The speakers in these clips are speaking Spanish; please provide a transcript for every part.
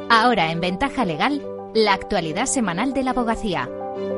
Ahora en Ventaja Legal, la actualidad semanal de la abogacía.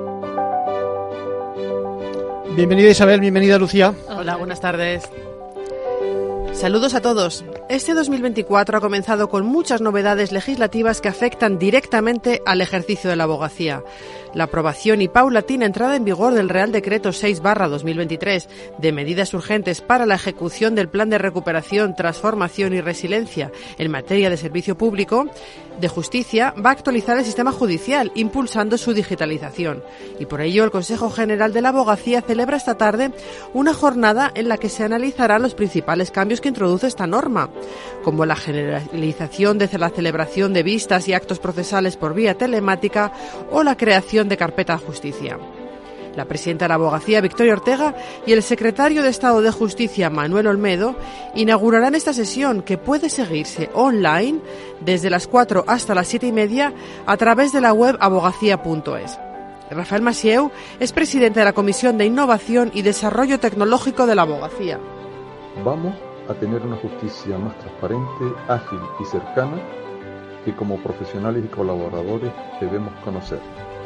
Bienvenida Isabel, bienvenida Lucía. Hola, buenas tardes. Saludos a todos. Este 2024 ha comenzado con muchas novedades legislativas que afectan directamente al ejercicio de la abogacía. La aprobación y paulatina entrada en vigor del Real Decreto 6/2023 de medidas urgentes para la ejecución del Plan de Recuperación, Transformación y Resiliencia en materia de servicio público de justicia va a actualizar el sistema judicial, impulsando su digitalización. Y por ello, el Consejo General de la Abogacía celebra esta tarde una jornada en la que se analizarán los principales cambios que introduce esta norma, como la generalización de la celebración de vistas y actos procesales por vía telemática o la creación de carpeta de justicia. La presidenta de la Abogacía, Victoria Ortega, y el secretario de Estado de Justicia, Manuel Olmedo, inaugurarán esta sesión que puede seguirse online desde las 4 hasta las 7:30 a través de la web abogacía.es. Rafael Masieu es presidente de la Comisión de Innovación y Desarrollo Tecnológico de la Abogacía. Vamos a tener una justicia más transparente, ágil y cercana que como profesionales y colaboradores debemos conocer.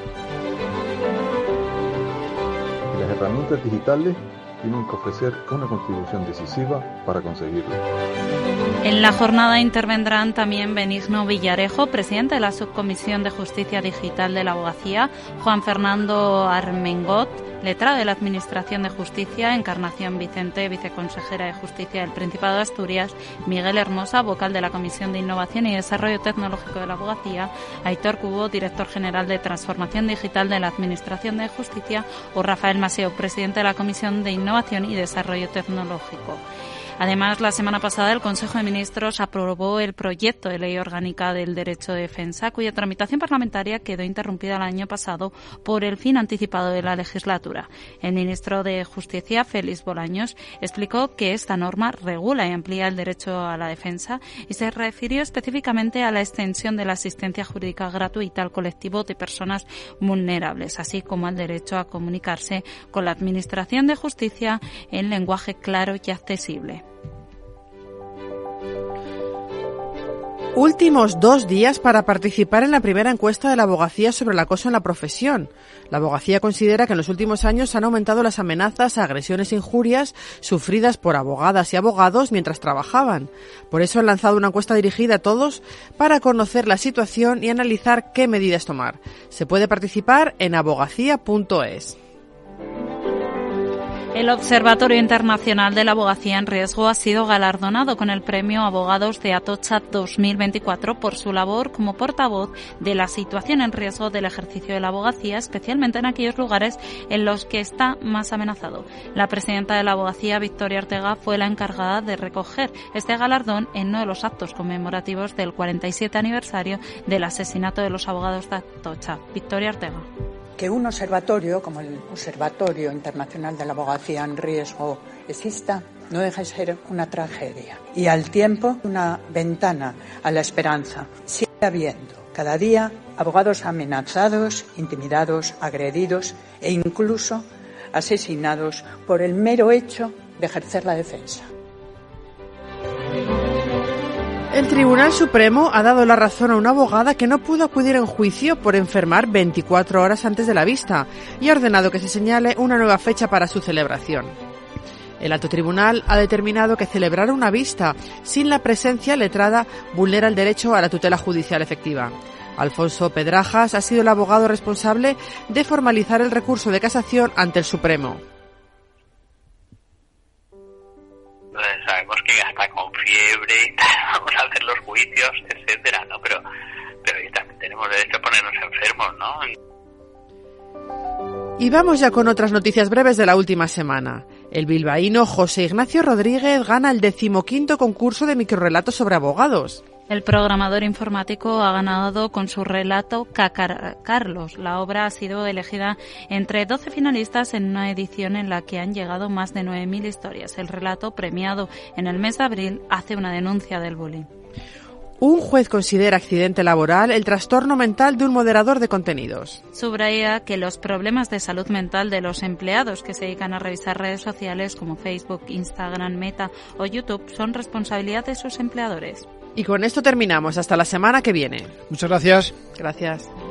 Y las herramientas digitales tienen que ofrecer una contribución decisiva para conseguirlo. En la jornada intervendrán también Benigno Villarejo, presidente de la Subcomisión de Justicia Digital de la Abogacía, Juan Fernando Armengot, letrado de la Administración de Justicia, Encarnación Vicente, viceconsejera de Justicia del Principado de Asturias, Miguel Hermosa, vocal de la Comisión de Innovación y Desarrollo Tecnológico de la Abogacía, Aitor Cubo, director general de Transformación Digital de la Administración de Justicia, o Rafael Masieu, presidente de la Comisión de Innovación y Desarrollo Tecnológico. Además, la semana pasada el Consejo de Ministros aprobó el proyecto de ley orgánica del derecho de defensa, cuya tramitación parlamentaria quedó interrumpida el año pasado por el fin anticipado de la legislatura. El ministro de Justicia, Félix Bolaños, explicó que esta norma regula y amplía el derecho a la defensa y se refirió específicamente a la extensión de la asistencia jurídica gratuita al colectivo de personas vulnerables, así como al derecho a comunicarse con la Administración de Justicia en lenguaje claro y accesible. Últimos 2 días para participar en la primera encuesta de la abogacía sobre el acoso en la profesión. La abogacía considera que en los últimos años han aumentado las amenazas, agresiones e injurias sufridas por abogadas y abogados mientras trabajaban. Por eso han lanzado una encuesta dirigida a todos para conocer la situación y analizar qué medidas tomar. Se puede participar en abogacía.es. El Observatorio Internacional de la Abogacía en Riesgo ha sido galardonado con el Premio Abogados de Atocha 2024 por su labor como portavoz de la situación en riesgo del ejercicio de la abogacía, especialmente en aquellos lugares en los que está más amenazado. La presidenta de la Abogacía, Victoria Ortega, fue la encargada de recoger este galardón en uno de los actos conmemorativos del 47 aniversario del asesinato de los abogados de Atocha. Victoria Ortega. Que un observatorio como el Observatorio Internacional de la Abogacía en Riesgo exista no deja de ser una tragedia y al tiempo una ventana a la esperanza. Sigue habiendo cada día abogados amenazados, intimidados, agredidos e incluso asesinados por el mero hecho de ejercer la defensa. El Tribunal Supremo ha dado la razón a una abogada que no pudo acudir en juicio por enfermar 24 horas antes de la vista y ha ordenado que se señale una nueva fecha para su celebración. El alto tribunal ha determinado que celebrar una vista sin la presencia letrada vulnera el derecho a la tutela judicial efectiva. Alfonso Pedrajas ha sido el abogado responsable de formalizar el recurso de casación ante el Supremo. Sabemos que hasta con fiebre vamos a hacer los juicios, etcétera, ¿no? Pero también tenemos derecho a ponernos enfermos, ¿no? Y vamos ya con otras noticias breves de la última semana. El bilbaíno José Ignacio Rodríguez gana el 15º concurso de microrrelatos sobre abogados. El programador informático ha ganado con su relato Carlos. La obra ha sido elegida entre 12 finalistas en una edición en la que han llegado más de 9.000 historias. El relato, premiado en el mes de abril, hace una denuncia del bullying. Un juez considera accidente laboral el trastorno mental de un moderador de contenidos. Subraya que los problemas de salud mental de los empleados que se dedican a revisar redes sociales como Facebook, Instagram, Meta o YouTube son responsabilidad de sus empleadores. Y con esto terminamos. Hasta la semana que viene. Muchas gracias. Gracias.